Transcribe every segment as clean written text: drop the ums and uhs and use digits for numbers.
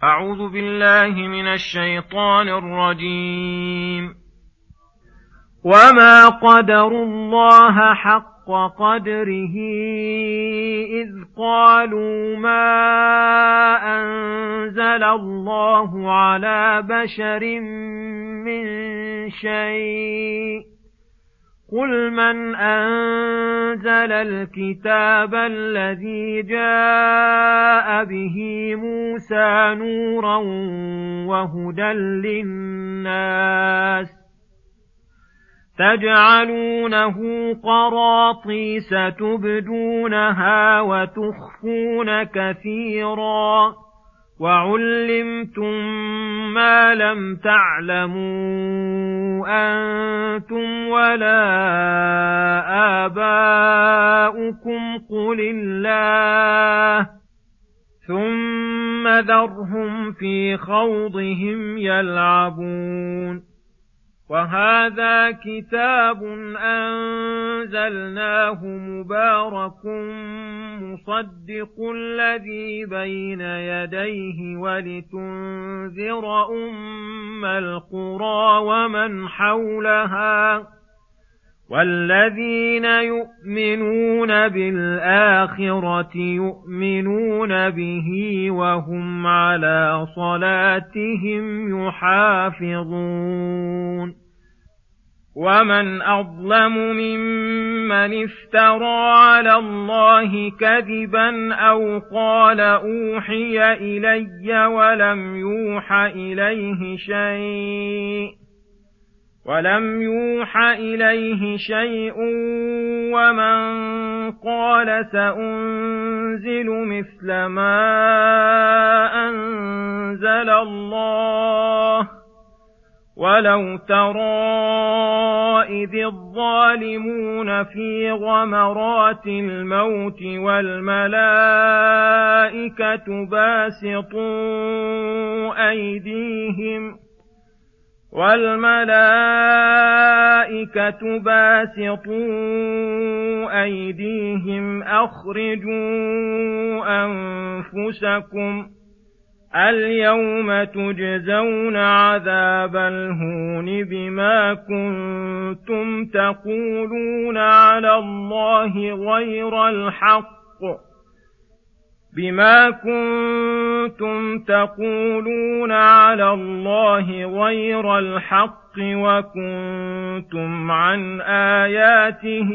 أعوذ بالله من الشيطان الرجيم. وما قدروا الله حق قدره إذ قالوا ما أنزل الله على بشر من شيء قل من أنزل الكتاب الذي جاء به موسى نورا وهدى للناس تجعلونه قراطيس تبدونها وتخفون كثيرا وعلمتم ما لم تعلموا أنتم ولا آباؤكم قل الله ثم ذرهم في خوضهم يلعبون. وهذا كتاب أنزلناه مبارك مصدق الذي بين يديه ولتنذر أم القرى ومن حولها والذين يؤمنون بالآخرة يؤمنون به وهم على صلاتهم يحافظون. ومن أظلم ممن افترى على الله كذبا أو قال أوحي إلي ولم يوح إليه شيء ومن قال سأنزل مثل ما أنزل الله ولو ترى إذ الظالمون في غمرات الموت والملائكة باسطوا أيديهم أخرجوا أنفسكم اليوم تجزون عذاب الهون بما كنتم تقولون على الله غير الحق وكنتم عن آياته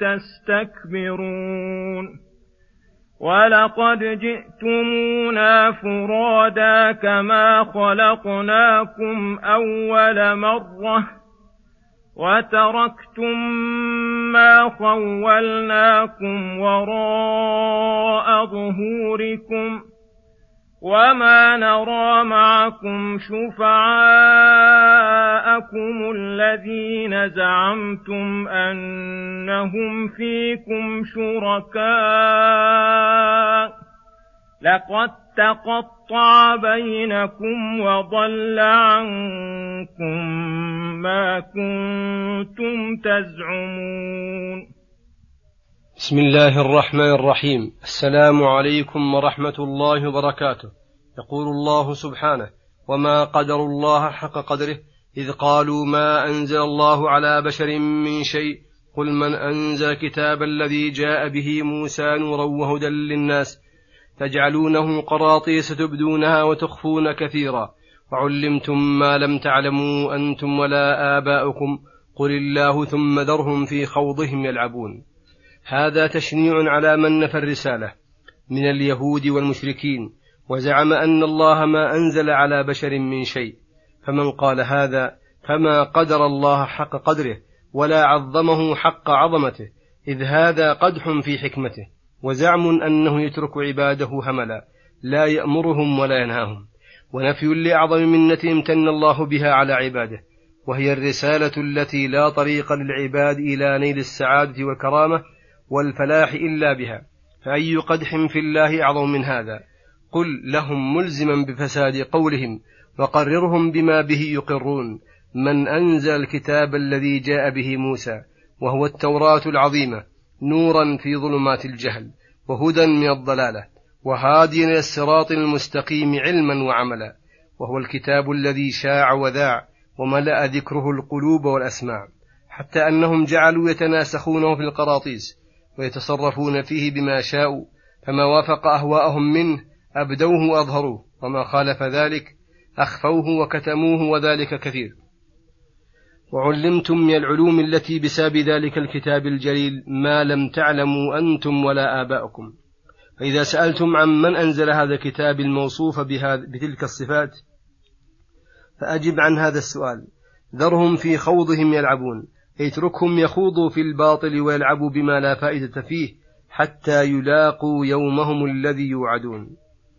تستكبرون. ولقد جئتمونا فرادا كما خلقناكم أول مرة وتركتم ما خولناكم وراء ظهوركم وما نرى معكم شفعاءكم الذين زعمتم أنهم فيكم شركاء لقد تقطع بينكم وضل عنكم ما كنتم تزعمون. بسم الله الرحمن الرحيم. السلام عليكم ورحمة الله وبركاته. يقول الله سبحانه: وما قدروا الله حق قدره إذ قالوا ما أنزل الله على بشر من شيء قل من أنزل الكتاب الذي جاء به موسى نورا وهدى للناس تجعلونه قراطيس تبدونها وتخفون كثيرا وعلمتم ما لم تعلموا أنتم ولا آباؤكم قل الله ثم ذرهم في خوضهم يلعبون. هذا تشنيع على من نفى الرسالة من اليهود والمشركين وزعم أن الله ما أنزل على بشر من شيء، فمن قال هذا فما قدر الله حق قدره ولا عظمه حق عظمته، إذ هذا قدح في حكمته وزعم أنه يترك عباده هملا لا يأمرهم ولا ينهاهم، ونفي لأعظم منة امتن الله بها على عباده، وهي الرسالة التي لا طريق للعباد إلى نيل السعادة والكرامة والفلاح إلا بها، فأي قدح في الله أعظم من هذا؟ قل لهم ملزما بفساد قولهم وقررهم بما به يقرون: من أنزل الكتاب الذي جاء به موسى وهو التوراة العظيمة نورا في ظلمات الجهل وهدى من الضلالة وهاديا إلى الصراط المستقيم علما وعملا، وهو الكتاب الذي شاع وذاع وملأ ذكره القلوب والأسماع، حتى أنهم جعلوا يتناسخونه في القراطيس ويتصرفون فيه بما شاءوا، فما وافق أهواءهم منه أبدوه وأظهروه، وما خالف ذلك أخفوه وكتموه، وذلك كثير. وعلمتم من العلوم التي بسبب ذلك الكتاب الجليل ما لم تعلموا أنتم ولا آباؤكم. فإذا سألتم عن من أنزل هذا الكتاب الموصوف بتلك الصفات فأجب عن هذا السؤال. ذرهم في خوضهم يلعبون، اتركهم يخوضوا في الباطل ويلعبوا بما لا فائدة فيه حتى يلاقوا يومهم الذي يوعدون.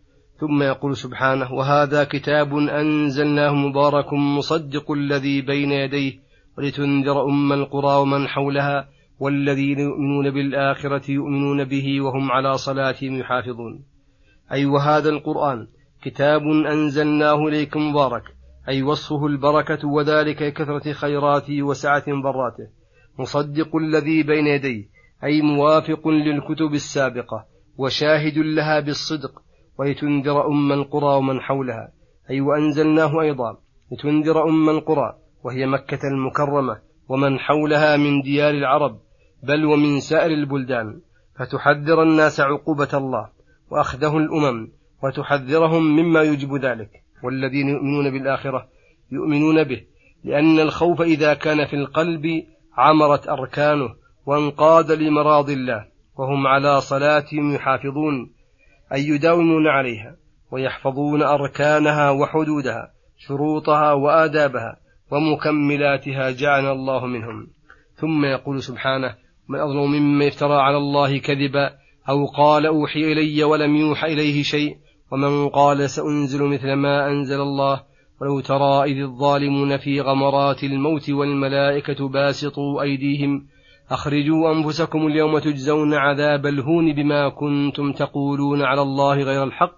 ثم يقول سبحانه: وهذا كتاب أنزلناه مبارك مصدق الذي بين يديه ولتنذر أم القرى ومن حولها والذين يؤمنون بالآخرة يؤمنون به وهم على صلاتهم يحافظون. أي وهذا القرآن كتاب أنزلناه إليكم مبارك، أي وصفه البركة، وذلك كثرة خيراته وسعة ضراته. مصدق الذي بين يديه أي موافق للكتب السابقة وشاهد لها بالصدق، ولتنذر أم القرى ومن حولها، أي وأنزلناه أيضا لتنذر أم القرى وهي مكة المكرمة ومن حولها من ديار العرب بل ومن سائر البلدان، فتحذر الناس عقوبة الله وأخذه الأمم وتحذرهم مما يجب ذلك. والذين يؤمنون بالآخرة يؤمنون به، لأن الخوف إذا كان في القلب عمرت أركانه وانقاد لمراض الله، وهم على صلاتهم يحافظون، أي يداومون عليها ويحفظون أركانها وحدودها شروطها وآدابها ومكملاتها، جعلنا الله منهم. ثم يقول سبحانه: من أظلم ممن افترى على الله كذبا أو قال أوحي إلي ولم يوحى إليه شيء ومن قال سأنزل مثل ما أنزل الله. ولو ترى إذ الظالمون في غمرات الموت والملائكة باسطوا أيديهم أخرجوا أنفسكم اليوم تجزون عذاب الهون بما كنتم تقولون على الله غير الحق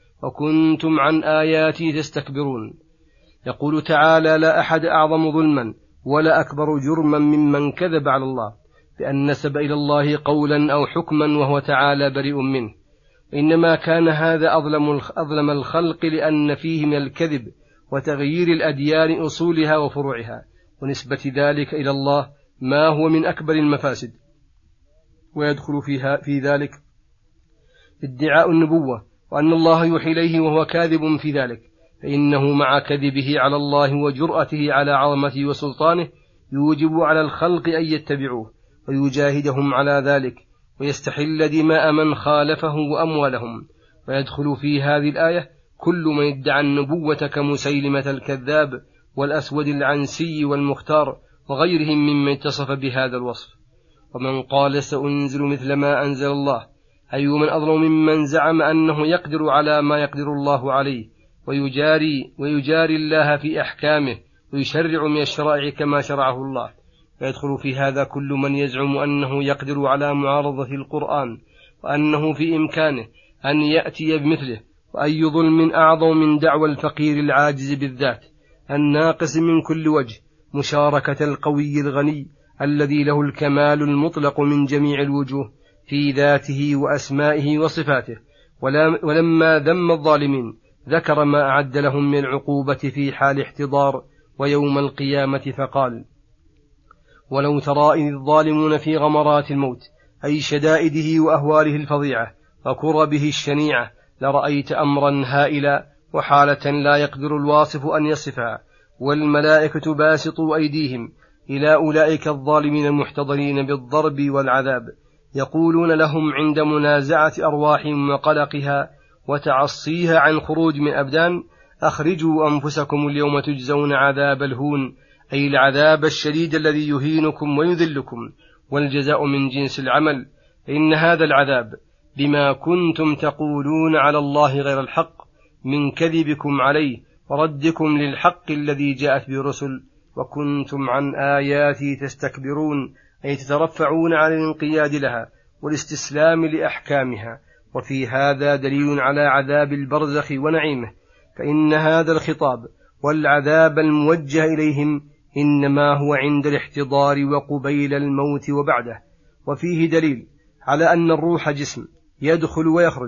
وكنتم عن آياتي تستكبرون. يقول تعالى: لا أحد أعظم ظلما ولا أكبر جرما ممن كذب على الله بأن نسب إلى الله قولا أو حكما وهو تعالى بريء منه. إنما كان هذا أظلم الخلق لأن فيه من الكذب وتغيير الأديان أصولها وفروعها ونسبة ذلك إلى الله ما هو من أكبر المفاسد، ويدخل في ذلك ادعاء النبوة وأن الله يوحي إليه وهو كاذب في ذلك، فإنه مع كذبه على الله وجرأته على عظمته وسلطانه يوجب على الخلق أن يتبعوه ويجاهدهم على ذلك ويستحل دماء من خالفه وأموالهم. ويدخل في هذه الآية كل من ادعى النبوة كمسيلمة الكذاب والأسود العنسي والمختار وغيرهم ممن اتصف بهذا الوصف. ومن قال سأنزل مثل ما أنزل الله، أي من أظلم ممن زعم أنه يقدر على ما يقدر الله عليه ويجاري الله في أحكامه ويشرع من الشرائع كما شرعه الله. ويدخل في هذا كل من يزعم أنه يقدر على معارضة القرآن وأنه في إمكانه أن يأتي بمثله، وأي ظلم أعظم من دعوى الفقير العاجز بالذات الناقص من كل وجه مشاركة القوي الغني الذي له الكمال المطلق من جميع الوجوه في ذاته وأسمائه وصفاته. ولما ذم الظالمين ذكر ما أعد لهم من العقوبة في حال احتضار ويوم القيامة فقال: ولو ترى إذ الظالمون في غمرات الموت، أي شدائده وأهواله الفظيعة وكربه الشنيعة، لرأيت أمرا هائلا وحالة لا يقدر الواصف أن يصفها، والملائكة باسطوا أيديهم إلى أولئك الظالمين المحتضرين بالضرب والعذاب، يقولون لهم عند منازعة أرواحهم وقلقها وتعصيها عن خروج من أبدان: أخرجوا أنفسكم اليوم تجزون عذاب الهون، أي العذاب الشديد الذي يهينكم ويذلكم، والجزاء من جنس العمل، إن هذا العذاب بما كنتم تقولون على الله غير الحق من كذبكم عليه وردكم للحق الذي جاءت به الرسل، وكنتم عن آياتي تستكبرون، أي تترفعون عن الانقياد لها والاستسلام لأحكامها. وفي هذا دليل على عذاب البرزخ ونعيمه، فإن هذا الخطاب والعذاب الموجه إليهم إنما هو عند الاحتضار وقبيل الموت وبعده. وفيه دليل على أن الروح جسم يدخل ويخرج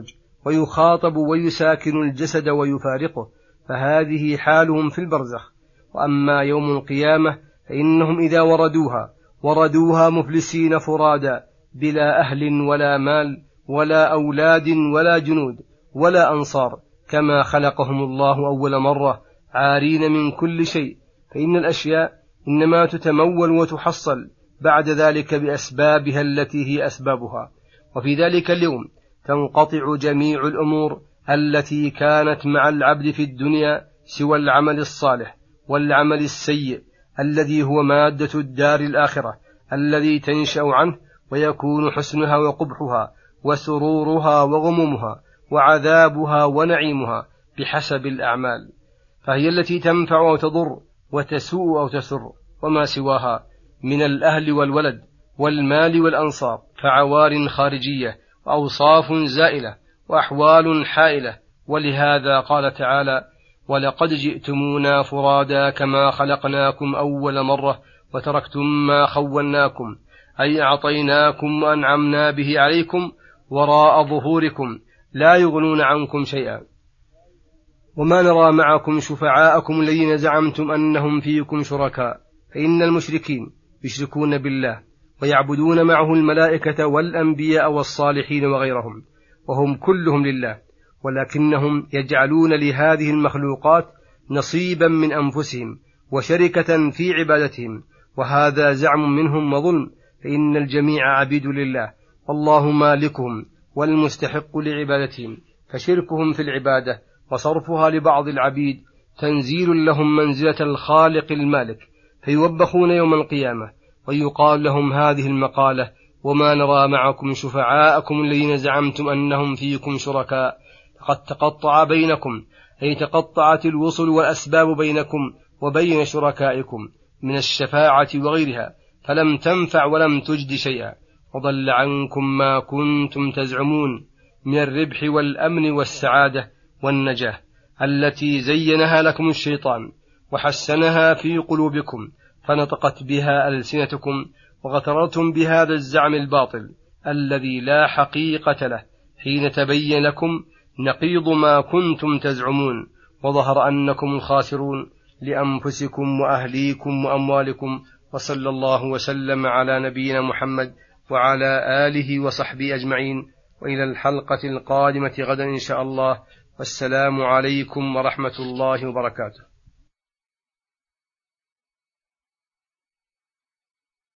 ويخاطب ويساكن الجسد ويفارقه، فهذه حالهم في البرزخ. وأما يوم القيامة فإنهم إذا وردوها مفلسين فرادا، بلا أهل ولا مال ولا أولاد ولا جنود ولا أنصار، كما خلقهم الله أول مرة عارين من كل شيء. فإن الأشياء إنما تتمول وتحصل بعد ذلك بأسبابها التي هي أسبابها. وفي ذلك اليوم تنقطع جميع الأمور التي كانت مع العبد في الدنيا سوى العمل الصالح والعمل السيء الذي هو مادة الدار الآخرة، الذي تنشأ عنه ويكون حسنها وقبحها وسرورها وغمومها وعذابها ونعيمها بحسب الأعمال، فهي التي تنفع أو تضر وتسوء أو تسر. وما سواها من الأهل والولد والمال والأنصار فعوار خارجية وأوصاف زائلة وأحوال حائلة. ولهذا قال تعالى: ولقد جئتمونا فرادا كما خلقناكم أول مرة وتركتم ما خولناكم، أي أعطيناكم وأنعمنا به عليكم وراء ظهوركم لا يغنون عنكم شيئا. وما نرى معكم شفعاءكم الذين زعمتم أنهم فيكم شركاء، فإن المشركين يشركون بالله ويعبدون معه الملائكة والأنبياء والصالحين وغيرهم، وهم كلهم لله، ولكنهم يجعلون لهذه المخلوقات نصيبا من أنفسهم وشركة في عبادتهم، وهذا زعم منهم وظلم، فإن الجميع عبيد لله والله مالكهم والمستحق لعبادتهم، فشركهم في العبادة وصرفها لبعض العبيد تنزيل لهم منزلة الخالق المالك، فيوبخون يوم القيامة ويقال لهم هذه المقالة: وما نرى معكم شفعاءكم الذين زعمتم أنهم فيكم شركاء، قد تقطع بينكم، أي تقطعت الوصل والأسباب بينكم وبين شركائكم من الشفاعة وغيرها، فلم تنفع ولم تجد شيئا، وضل عنكم ما كنتم تزعمون من الربح والأمن والسعادة والنجاة التي زينها لكم الشيطان وحسنها في قلوبكم، فنطقت بها ألسنتكم وغترتم بهذا الزعم الباطل الذي لا حقيقة له، حين تبين لكم نقيض ما كنتم تزعمون، وظهر أنكم الخاسرون لأنفسكم وأهليكم وأموالكم. وصلى الله وسلم على نبينا محمد وعلى آله وصحبه أجمعين، وإلى الحلقة القادمة غدا إن شاء الله، والسلام عليكم ورحمة الله وبركاته.